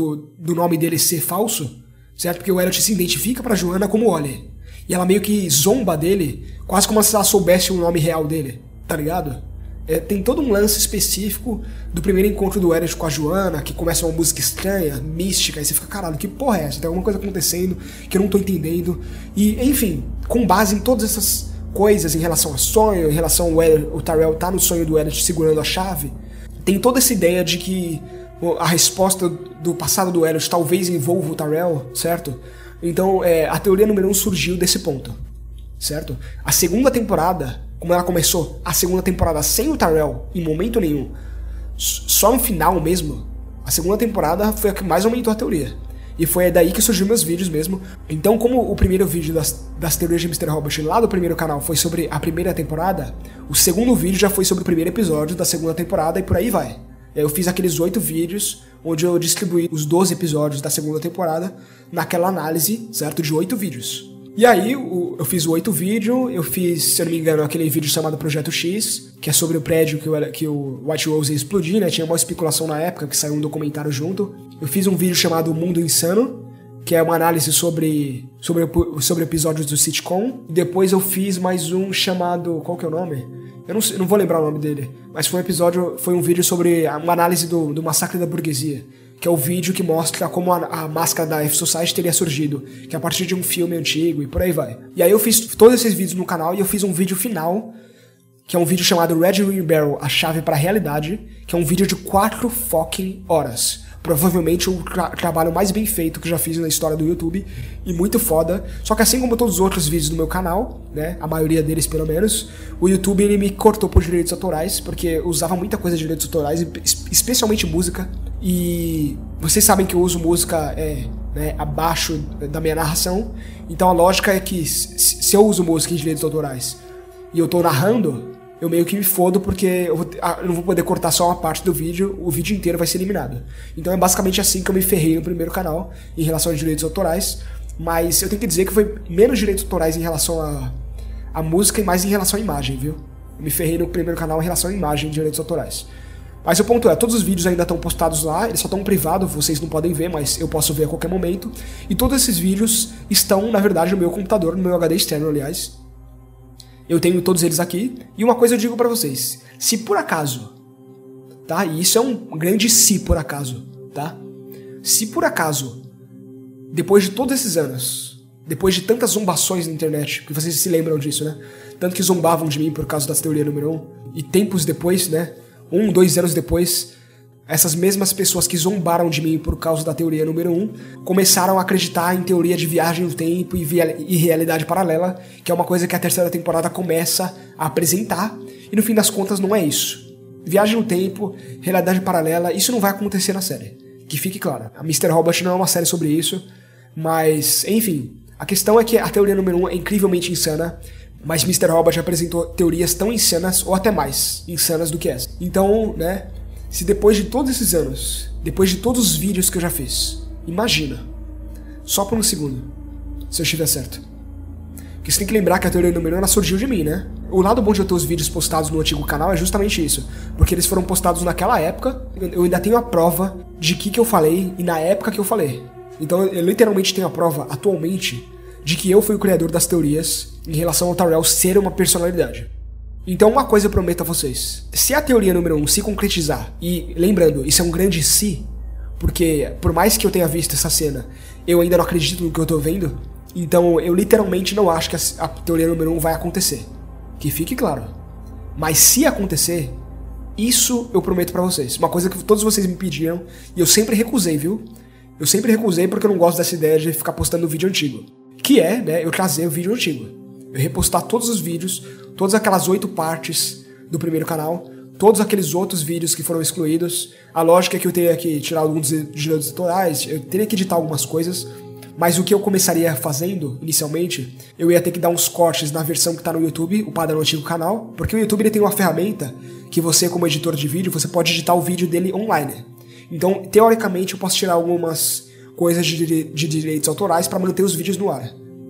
do nome dele ser falso, certo? Porque o Elliot se identifica pra Joanna como Ollie, e ela meio que zomba dele, quase como se ela soubesse o nome real dele, tá ligado? Tem todo um lance específico do primeiro encontro do Elliot com a Joanna, que começa uma música estranha, mística, e você fica, caralho, que porra é essa? Tem alguma coisa acontecendo que eu não tô entendendo. E, enfim, com base em todas essas coisas em relação a sonho, em relação ao Elliot, o Tyrell tá no sonho do Elliot segurando a chave, tem toda essa ideia de que a resposta do passado do Elliot talvez envolva o Tyrell, certo? Então, a teoria número 1 surgiu desse ponto, certo? A segunda temporada, como ela começou a segunda temporada sem o Tyrell em momento nenhum, só no final mesmo, a segunda temporada foi a que mais aumentou a teoria. E foi daí que surgiu meus vídeos mesmo. Então, como o primeiro vídeo das teorias de Mr. Robot lá do primeiro canal foi sobre a primeira temporada, o segundo vídeo já foi sobre o primeiro episódio da segunda temporada e por aí vai. Eu fiz aqueles 8 vídeos onde eu distribuí os 12 episódios da segunda temporada naquela análise, certo? De 8 vídeos. E aí, eu fiz o 8 vídeo, eu fiz, se eu não me engano, aquele vídeo chamado Projeto X, que é sobre o prédio que o White Rose ia explodir, né? Tinha uma especulação na época, que saiu um documentário junto. Eu fiz um vídeo chamado Mundo Insano, que é uma análise sobre episódios do sitcom. Depois eu fiz mais um chamado... Qual que é o nome? Eu não vou lembrar o nome dele. Mas foi um vídeo sobre uma análise do Massacre da Burguesia, que é o vídeo que mostra como a máscara da F-Society teria surgido, que é a partir de um filme antigo e por aí vai. E aí eu fiz todos esses vídeos no canal e eu fiz um vídeo final, que é um vídeo chamado Red Ring Barrel, a chave para a realidade, que é um vídeo de 4 fucking horas. Provavelmente o trabalho mais bem feito que eu já fiz na história do YouTube, e muito foda. Só que assim como todos os outros vídeos do meu canal, né, a maioria deles pelo menos, o YouTube ele me cortou por direitos autorais, porque eu usava muita coisa de direitos autorais, especialmente música, e vocês sabem que eu uso música abaixo da minha narração, então a lógica é que se eu uso música em direitos autorais e eu tô narrando, eu meio que me fodo porque eu não vou poder cortar só uma parte do vídeo, o vídeo inteiro vai ser eliminado. Então é basicamente assim que eu me ferrei no primeiro canal, em relação a direitos autorais, mas eu tenho que dizer que foi menos direitos autorais em relação a música e mais em relação à imagem, viu? Eu me ferrei no primeiro canal em relação à imagem e direitos autorais. Mas o ponto é, todos os vídeos ainda estão postados lá, eles só estão privados, vocês não podem ver, mas eu posso ver a qualquer momento. E todos esses vídeos estão, na verdade, no meu computador, no meu HD externo, aliás. Eu tenho todos eles aqui, e uma coisa eu digo pra vocês, se por acaso, tá? E isso é um grande se por acaso, tá? Se por acaso, depois de todos esses anos, depois de tantas zombações na internet, que vocês se lembram disso, né? Tanto que zombavam de mim por causa da teoria número 1, e tempos depois, né? 2 anos depois, essas mesmas pessoas que zombaram de mim por causa da teoria número 1 começaram a acreditar em teoria de viagem no tempo e realidade paralela, que é uma coisa que a terceira temporada começa a apresentar, e no fim das contas não é isso. Viagem no tempo, realidade paralela, isso não vai acontecer na série, que fique claro. A Mr. Robot não é uma série sobre isso, mas, enfim, a questão é que a teoria número 1 é incrivelmente insana, mas Mr. Robot apresentou teorias tão insanas, ou até mais insanas do que essa. Então, né, se depois de todos esses anos, depois de todos os vídeos que eu já fiz, imagina, só por um segundo, se eu estiver certo. Porque você tem que lembrar que a teoria número 1 ela surgiu de mim, né? O lado bom de eu ter os vídeos postados no antigo canal é justamente isso, porque eles foram postados naquela época, eu ainda tenho a prova de que eu falei e na época que eu falei. Então eu literalmente tenho a prova, atualmente, de que eu fui o criador das teorias em relação ao Tyrell ser uma personalidade. Então uma coisa eu prometo a vocês, se a teoria número 1 se concretizar, e lembrando, isso é um grande se, porque por mais que eu tenha visto essa cena, eu ainda não acredito no que eu tô vendo, então eu literalmente não acho que a teoria número 1 vai acontecer, que fique claro. Mas se acontecer, isso eu prometo pra vocês, uma coisa que todos vocês me pediram, e eu sempre recusei, viu? Eu sempre recusei porque eu não gosto dessa ideia de ficar postando vídeo antigo. Que é, né, eu trazer o vídeo antigo. Eu repostar todos os vídeos, todas aquelas 8 partes do primeiro canal, todos aqueles outros vídeos que foram excluídos. A lógica é que eu teria que tirar alguns direitos autorais, eu teria que editar algumas coisas, mas o que eu começaria fazendo, inicialmente, eu ia ter que dar uns cortes na versão que tá no YouTube, o padrão antigo canal, porque o YouTube ele tem uma ferramenta que você, como editor de vídeo, você pode editar o vídeo dele online. Então, teoricamente, eu posso tirar algumas coisas de direitos autorais para manter os vídeos no ar,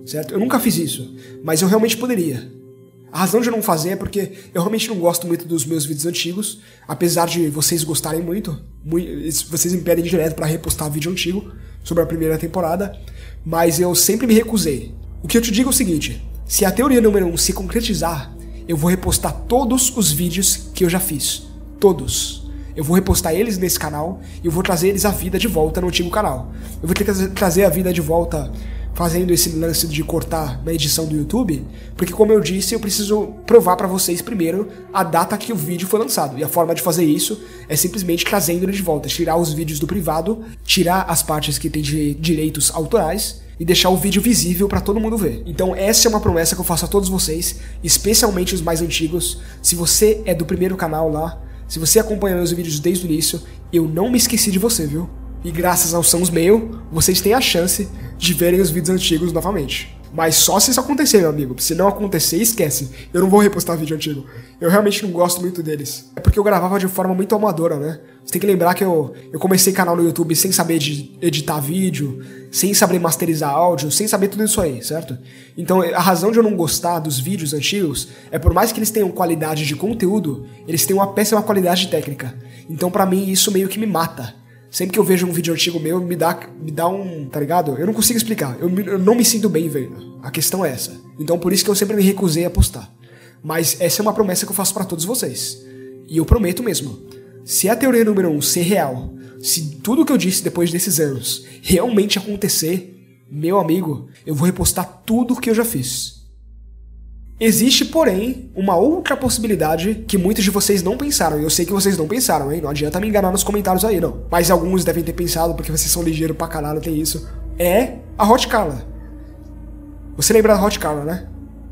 certo? Eu nunca fiz isso, mas eu realmente poderia. A razão de eu não fazer é porque eu realmente não gosto muito dos meus vídeos antigos, apesar de vocês gostarem muito, vocês me pedem direto pra repostar vídeo antigo sobre a primeira temporada, mas eu sempre me recusei. O que eu te digo é o seguinte, se a teoria número 1 se concretizar, eu vou repostar todos os vídeos que eu já fiz. Todos. Eu vou repostar eles nesse canal e eu vou trazer eles à vida de volta no antigo canal. Eu vou ter que trazer a vida de volta fazendo esse lance de cortar na edição do YouTube, porque como eu disse, eu preciso provar pra vocês primeiro a data que o vídeo foi lançado. E a forma de fazer isso é simplesmente trazendo ele de volta, tirar os vídeos do privado, tirar as partes que tem de direitos autorais e deixar o vídeo visível pra todo mundo ver. Então essa é uma promessa que eu faço a todos vocês, especialmente os mais antigos. Se você é do primeiro canal lá, se você acompanha meus vídeos desde o início, eu não me esqueci de você, viu? E graças ao Sans Mail, vocês têm a chance de verem os vídeos antigos novamente. Mas só se isso acontecer, meu amigo. Se não acontecer, esquece. Eu não vou repostar vídeo antigo. Eu realmente não gosto muito deles. É porque eu gravava de forma muito amadora, né? Você tem que lembrar que eu comecei canal no YouTube sem saber editar vídeo, sem saber masterizar áudio, sem saber tudo isso aí, certo? Então a razão de eu não gostar dos vídeos antigos é por mais que eles tenham qualidade de conteúdo, eles têm uma péssima qualidade técnica. Então pra mim isso meio que me mata. Sempre que eu vejo um vídeo antigo meu, me dá um... Tá ligado? Eu não consigo explicar. Eu não me sinto bem vendo. A questão é essa. Então por isso que eu sempre me recusei a postar. Mas essa é uma promessa que eu faço pra todos vocês. E eu prometo mesmo. Se a teoria número 1 ser real, se tudo que eu disse depois desses anos realmente acontecer, meu amigo, eu vou repostar tudo que eu já fiz. Existe, porém, uma outra possibilidade que muitos de vocês não pensaram, e eu sei que vocês não pensaram, hein? Não adianta me enganar nos comentários aí, não. Mas alguns devem ter pensado, porque vocês são ligeiros pra caralho, tem isso. É a Hot Carla. Você lembra da Hot Carla, né?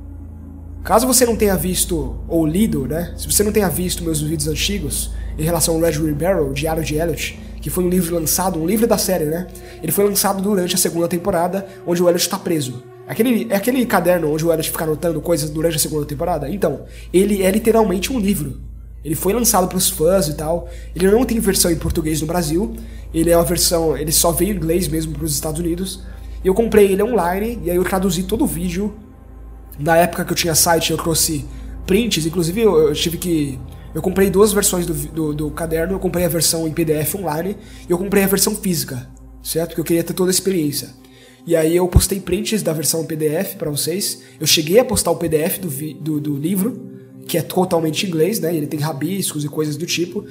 Caso você não tenha visto, ou lido, né? Se você não tenha visto meus vídeos antigos, em relação ao Red Wheel Barrel, Diário de Elliot, que foi um livro lançado, um livro da série, né? Ele foi lançado durante a segunda temporada, onde o Elliot tá preso. É aquele caderno onde o Elliot fica anotando coisas durante a segunda temporada? Então, ele é literalmente um livro. Ele foi lançado pros fãs e tal. Ele não tem versão em português no Brasil. Ele é uma versão... Ele só veio em inglês mesmo pros Estados Unidos. E eu comprei ele online, e aí eu traduzi todo o vídeo. Na época que eu tinha site, eu trouxe prints. Inclusive, eu tive que... Eu comprei duas versões do caderno. Eu comprei a versão em PDF online e eu comprei a versão física, certo? Porque eu queria ter toda a experiência. E aí eu postei prints da versão PDF pra vocês. Eu cheguei a postar o PDF do livro, que é totalmente em inglês, né? Ele tem rabiscos e coisas do tipo.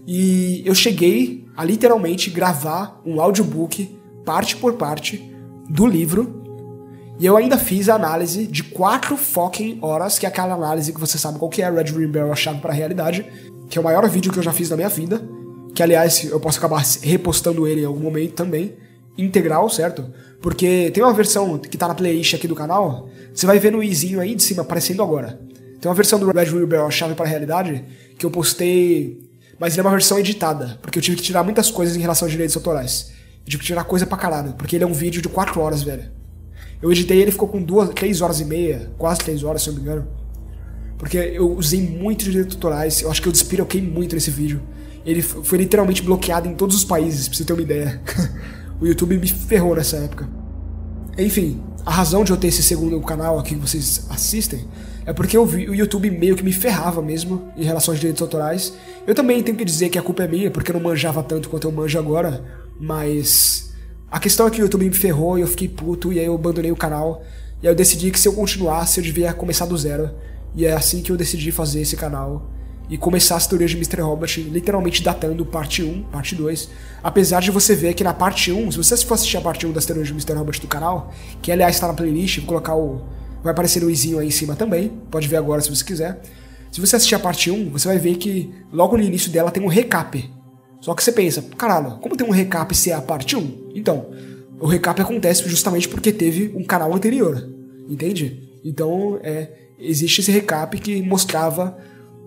E eu cheguei a literalmente gravar um audiobook, parte por parte, do livro. E eu ainda fiz a análise de 4 fucking horas, que é aquela análise que você sabe qual que é, Red Wheel Barrel, a chave para a realidade, que é o maior vídeo que eu já fiz na minha vida, que aliás eu posso acabar repostando ele em algum momento também, integral, certo? Porque tem uma versão que tá na playlist aqui do canal, você vai ver no izinho aí de cima, aparecendo agora. Tem uma versão do Red Wheel Barrel, a chave para a realidade, que eu postei, mas ele é uma versão editada, porque eu tive que tirar muitas coisas em relação a direitos autorais. Eu tive que tirar coisa pra caralho, porque ele é um vídeo de 4 horas, velho. Eu editei ele, ficou com 3 horas e meia, quase 3 horas, se eu não me engano. Porque eu usei muito direitos autorais, eu acho que eu despiroquei muito nesse vídeo. Ele foi literalmente bloqueado em todos os países, pra você ter uma ideia. O YouTube me ferrou nessa época. Enfim, a razão de eu ter esse segundo canal aqui que vocês assistem é porque o YouTube meio que me ferrava mesmo em relação aos direitos autorais. Eu também tenho que dizer que a culpa é minha, porque eu não manjava tanto quanto eu manjo agora, mas... A questão é que o YouTube me ferrou e eu fiquei puto, e aí eu abandonei o canal. E aí eu decidi que se eu continuasse, eu devia começar do zero. E é assim que eu decidi fazer esse canal. E começar as teorias de Mr. Robot, literalmente datando parte 1, parte 2. Apesar de você ver que na parte 1, se você for assistir a parte 1 das teorias de Mr. Robot do canal, que aliás está na playlist, vou colocar vai aparecer o izinho aí em cima também, pode ver agora se você quiser. Se você assistir a parte 1, você vai ver que logo no início dela tem um recap. Só que você pensa, caralho, como tem um recap se é a parte 1? Então, o recap acontece justamente porque teve um canal anterior, entende? Então, existe esse recap que mostra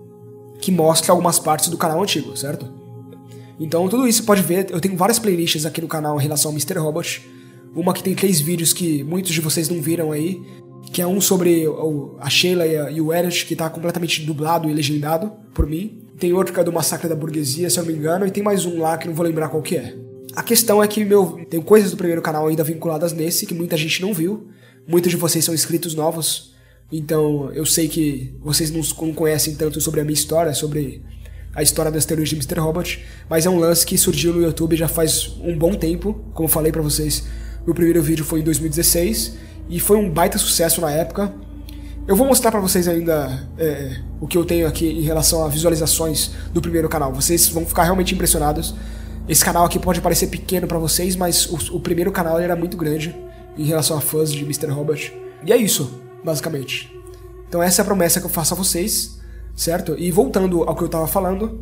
algumas partes do canal antigo, certo? Então, tudo isso você pode ver, eu tenho várias playlists aqui no canal em relação ao Mr. Robot. Uma que tem 3 vídeos que muitos de vocês não viram aí, que é um sobre a Sheila e o Elliot, que tá completamente dublado e legendado por mim. Tem outro que é do Massacre da Burguesia, se eu não me engano, e tem mais um lá que não vou lembrar qual que é. A questão é que tem coisas do primeiro canal ainda vinculadas nesse, que muita gente não viu, muitos de vocês são inscritos novos, então eu sei que vocês não conhecem tanto sobre a minha história, sobre a história das teorias de Mr. Robot, mas é um lance que surgiu no YouTube já faz um bom tempo. Como eu falei pra vocês, meu primeiro vídeo foi em 2016 e foi um baita sucesso na época. Eu vou mostrar pra vocês ainda o que eu tenho aqui em relação a visualizações do primeiro canal. Vocês vão ficar realmente impressionados. Esse canal aqui pode parecer pequeno pra vocês, mas o primeiro canal ele era muito grande em relação a fãs de Mr. Robot. E é isso, basicamente. Então essa é a promessa que eu faço a vocês, certo? E voltando ao que eu tava falando,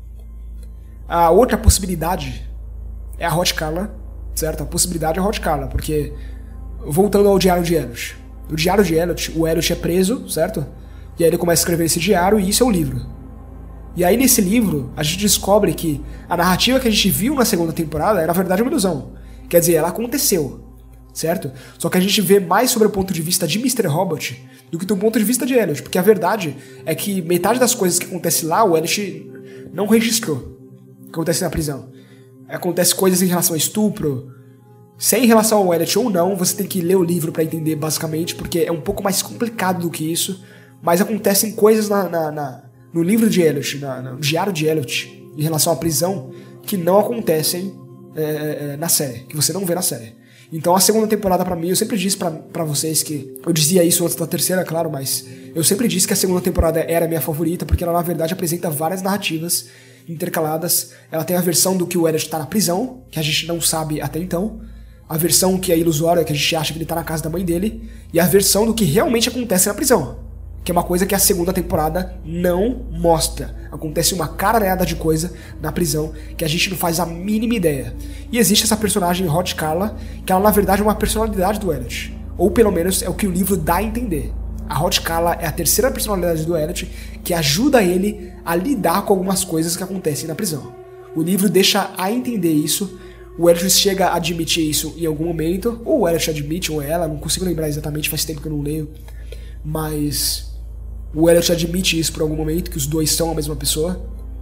a outra possibilidade é a Hot Carla, certo? A possibilidade é a Hot Carla, porque voltando ao Diário de Elliot. No Diário de Elliot, o Elliot é preso, certo? E aí ele começa a escrever esse diário e isso é o livro. E aí nesse livro, a gente descobre que a narrativa que a gente viu na segunda temporada era na verdade uma ilusão. Quer dizer, ela aconteceu, certo? Só que a gente vê mais sobre o ponto de vista de Mr. Robot do que do ponto de vista de Elliot, porque a verdade é que metade das coisas que acontece lá, o Elliot não registrou. Que acontece na prisão. Acontece coisas em relação a estupro. Se é em relação ao Elliot ou não, você tem que ler o livro pra entender basicamente, porque é um pouco mais complicado do que isso, mas acontecem coisas no livro de Elliot, no diário de Elliot, em relação à prisão, que não acontecem na série, que você não vê na série. Então a segunda temporada pra mim, eu sempre disse pra vocês que... Eu dizia isso antes da terceira, claro, mas eu sempre disse que a segunda temporada era a minha favorita, porque ela na verdade apresenta várias narrativas intercaladas. Ela tem a versão do que o Elliot tá na prisão, que a gente não sabe até então, a versão que é ilusória, que a gente acha que ele tá na casa da mãe dele, e a versão do que realmente acontece na prisão, que é uma coisa que a segunda temporada não mostra. Acontece uma caralhada de coisa na prisão que a gente não faz a mínima ideia. E existe essa personagem Hot Carla, que ela na verdade é uma personalidade do Elliot, ou pelo menos é o que o livro dá a entender. A Hot Carla é a terceira personalidade do Elliot que ajuda ele a lidar com algumas coisas que acontecem na prisão. O livro deixa a entender isso. O Elliot chega a admitir isso em algum momento, ou o Elliot admite, ou ela, não consigo lembrar exatamente, faz tempo que eu não leio, mas o Elliot admite isso por algum momento, que os dois são a mesma pessoa,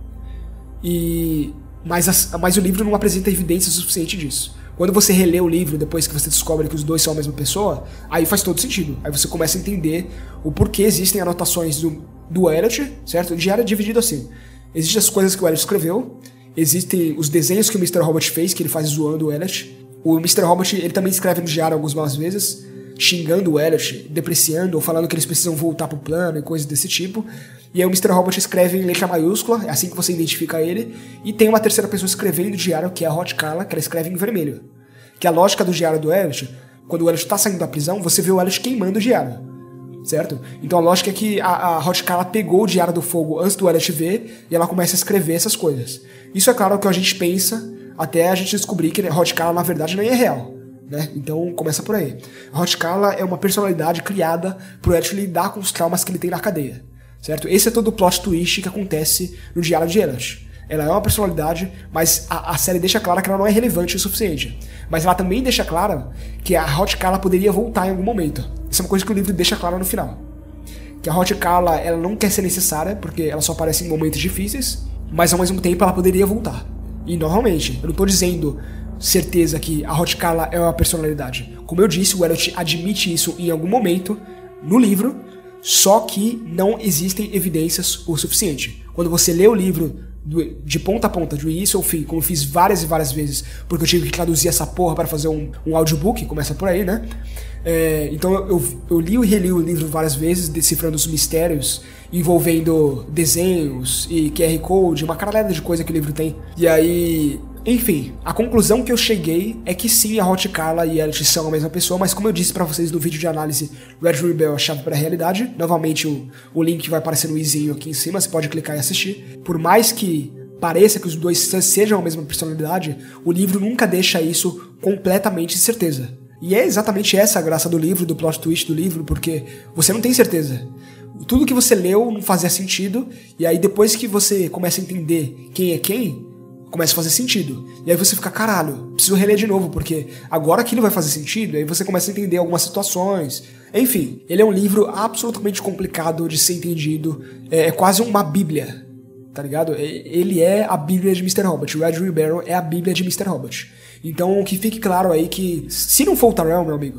mas o livro não apresenta evidência suficiente disso. Quando você relê o livro, depois que você descobre que os dois são a mesma pessoa, aí faz todo sentido. Aí você começa a entender o porquê existem anotações do Elliot, certo? O diário é dividido assim. Existem as coisas que o Elliot escreveu, existem os desenhos que o Mr. Robot fez, que ele faz zoando o Elliot. O Mr. Robot, ele também escreve no diário algumas vezes, xingando o Elliot, depreciando, ou falando que eles precisam voltar pro plano e coisas desse tipo. E aí o Mr. Robot escreve em letra maiúscula, é assim que você identifica ele. E tem uma terceira pessoa escrevendo o diário, que é a Hot Carla, que ela escreve em vermelho. Que a lógica do diário do Elliot, quando o Elliot tá saindo da prisão, você vê o Elliot queimando o diário, certo? Então a lógica é que a Hot Carla pegou o diário do fogo antes do Elliot ver, e ela começa a escrever essas coisas. Isso é claro que a gente pensa, até a gente descobrir que a Hot Carla na verdade nem é real, né? Então começa por aí. A Hot Carla é uma personalidade criada pro Elliot lidar com os traumas que ele tem na cadeia, certo? Esse é todo o plot twist que acontece no diário de Elliot. Ela é uma personalidade, mas a série deixa clara que ela não é relevante o suficiente. Mas ela também deixa clara que a Hot Carla poderia voltar em algum momento. Isso é uma coisa que o livro deixa clara no final. Que a Hot Carla, ela não quer ser necessária, porque ela só aparece em momentos difíceis, mas ao mesmo tempo ela poderia voltar. E normalmente, eu não tô dizendo certeza que a Hot Carla é uma personalidade. Como eu disse, o Elliot admite isso em algum momento no livro, só que não existem evidências o suficiente. Quando você lê o livro de ponta a ponta, do início ao fim, como eu fiz várias e várias vezes, porque eu tive que traduzir essa porra para fazer um audiobook, começa por aí, né? Então eu li e reli o livro várias vezes, decifrando os mistérios, envolvendo desenhos e QR Code, uma caralhada de coisa que o livro tem. E aí, enfim, a conclusão que eu cheguei é que sim, a Hot Carla e Elliot são a mesma pessoa, mas como eu disse pra vocês no vídeo de análise Red Rebel, a chave pra realidade, novamente o link vai aparecer no izinho aqui em cima, você pode clicar e assistir. Por mais que pareça que os dois sejam a mesma personalidade, o livro nunca deixa isso completamente de certeza. E é exatamente essa a graça do livro, do plot twist do livro, porque você não tem certeza. Tudo que você leu não fazia sentido, e aí depois que você começa a entender quem é quem, começa a fazer sentido. E aí você fica, caralho, preciso reler de novo, porque agora aquilo vai fazer sentido, e aí você começa a entender algumas situações. Enfim, ele é um livro absolutamente complicado de ser entendido, é quase uma bíblia, tá ligado? Ele é a bíblia de Mr. Robot, o Red Rebel é a bíblia de Mr. Robot. Então que fique claro aí que, se não for o Tyrell, meu amigo,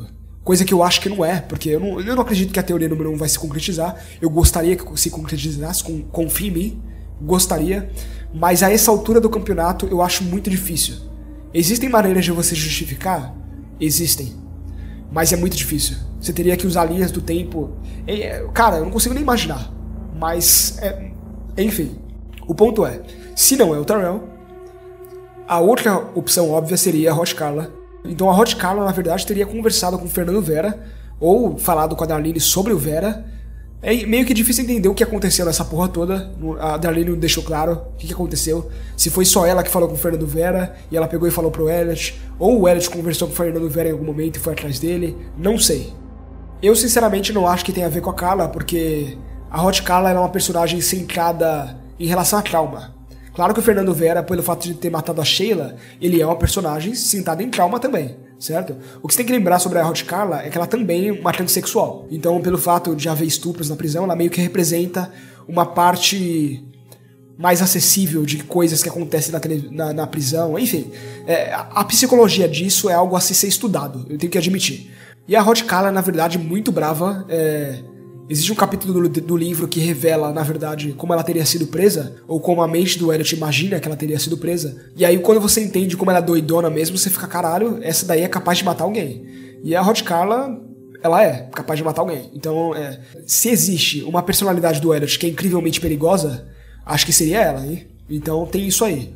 Coisa que eu acho que não é, porque eu não acredito que a teoria número 1 vai se concretizar. Eu gostaria que se concretizasse, confia em mim, gostaria. Mas a essa altura do campeonato eu acho muito difícil. Existem maneiras de você justificar? Existem. Mas é muito difícil. Você teria que usar linhas do tempo. Cara, eu não consigo nem imaginar. Mas, enfim. O ponto é, se não é o Tyrell, a outra opção óbvia seria a Hot Carla. Então a Hot Carla, na verdade, teria conversado com o Fernando Vera, ou falado com a Darlene sobre o Vera. É meio que difícil entender o que aconteceu nessa porra toda. A Darlene não deixou claro o que aconteceu. Se foi só ela que falou com o Fernando Vera, e ela pegou e falou pro Elliot, ou o Elliot conversou com o Fernando Vera em algum momento e foi atrás dele, não sei. Eu sinceramente não acho que tem a ver com a Carla, porque a Hot Carla é uma personagem centrada em relação a trauma. Claro que o Fernando Vera, pelo fato de ter matado a Sheila, ele é uma personagem centrada em trauma também, certo? O que você tem que lembrar sobre a Hot Carla é que ela também é uma transexual. Então, pelo fato de haver estupros na prisão, ela meio que representa uma parte mais acessível de coisas que acontecem na prisão. Enfim, a psicologia disso é algo a se ser estudado, eu tenho que admitir. E a Hot Carla, na verdade, muito brava. Existe um capítulo do livro que revela, na verdade, como ela teria sido presa, ou como a mente do Elliot imagina que ela teria sido presa. E aí, quando você entende como ela é doidona mesmo, você fica, caralho, essa daí é capaz de matar alguém. E a Hot Carla, ela é capaz de matar alguém. Então, se existe uma personalidade do Elliot que é incrivelmente perigosa, acho que seria ela, hein? Então, tem isso aí.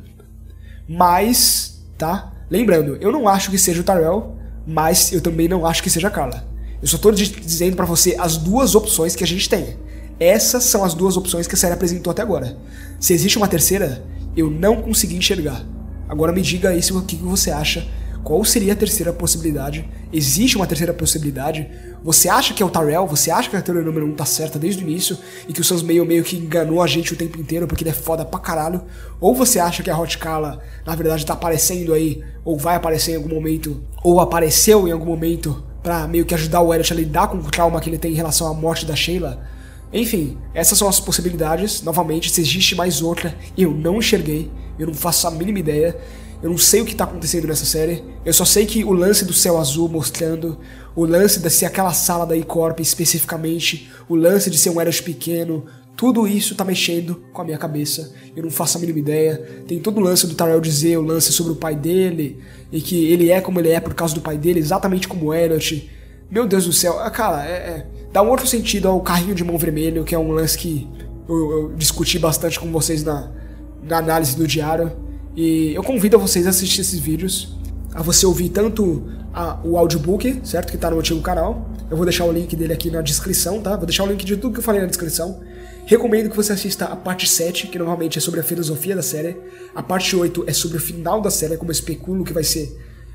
Mas, tá? Lembrando, eu não acho que seja o Tyrell, mas eu também não acho que seja a Carla. Eu só tô dizendo pra você as duas opções que a gente tem. Essas são as duas opções que a série apresentou até agora. Se existe uma terceira, eu não consegui enxergar. Agora me diga aí o que você acha. Qual seria a terceira possibilidade? Existe uma terceira possibilidade? Você acha que é o Tyrell? Você acha que a teoria número 1 tá certa desde o início? E que o Sans meio que enganou a gente o tempo inteiro porque ele é foda pra caralho? Ou você acha que a Hot Carla, na verdade, tá aparecendo aí, ou vai aparecer em algum momento, ou apareceu em algum momento, pra meio que ajudar o Elliot a lidar com o trauma que ele tem em relação à morte da Sheila? Enfim, essas são as possibilidades. Novamente, se existe mais outra, eu não enxerguei, eu não faço a mínima ideia. Eu não sei o que tá acontecendo nessa série. Eu só sei que o lance do céu azul mostrando, o lance de ser aquela sala da E-Corp especificamente, o lance de ser um Elliot pequeno, tudo isso tá mexendo com a minha cabeça. Eu não faço a mínima ideia. Tem todo o lance do Tyrell dizer, o lance sobre o pai dele, e que ele é como ele é por causa do pai dele, exatamente como o Elliot. Meu Deus do céu, cara, dá um outro sentido ao carrinho de mão vermelho, que é um lance que eu discuti bastante com vocês na análise do diário. E eu convido a vocês a assistir esses vídeos, a você ouvir tanto o audiobook, certo? Que tá no antigo canal. Eu vou deixar o link dele aqui na descrição, tá? Vou deixar o link de tudo que eu falei na descrição. Recomendo que você assista a parte 7, que normalmente é sobre a filosofia da série. A parte 8 é sobre o final da série, como eu especulo que vai ser,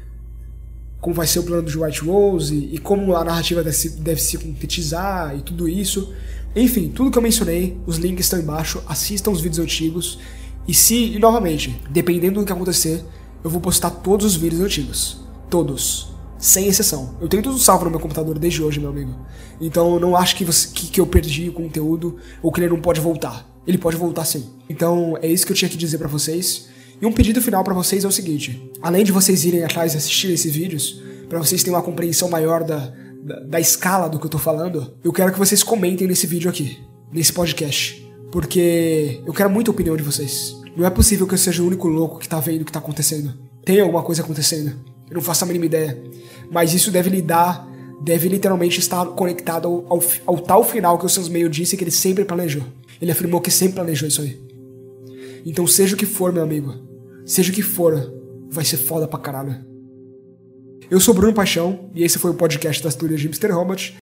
como vai ser o plano de White Rose e como a narrativa deve se concretizar e tudo isso. Enfim, tudo que eu mencionei, os links estão embaixo. Assistam os vídeos antigos. E novamente, dependendo do que acontecer, eu vou postar todos os vídeos antigos. Todos. Sem exceção. Eu tenho tudo salvo no meu computador desde hoje, meu amigo. Então eu não acho que eu perdi o conteúdo ou que ele não pode voltar. Ele pode voltar sim. Então é isso que eu tinha que dizer pra vocês. E um pedido final pra vocês é o seguinte. Além de vocês irem atrás e assistir esses vídeos, pra vocês terem uma compreensão maior da escala do que eu tô falando, eu quero que vocês comentem nesse vídeo aqui. Nesse podcast. Porque eu quero muita opinião de vocês. Não é possível que eu seja o único louco que tá vendo o que tá acontecendo. Tem alguma coisa acontecendo. Eu não faço a mínima ideia. Mas isso deve literalmente estar conectado ao tal final que o Sans Meio disse que ele sempre planejou. Ele afirmou que sempre planejou isso aí. Então seja o que for, meu amigo. Seja o que for, vai ser foda pra caralho. Eu sou Bruno Paixão e esse foi o podcast das teorias de Mr. Robot.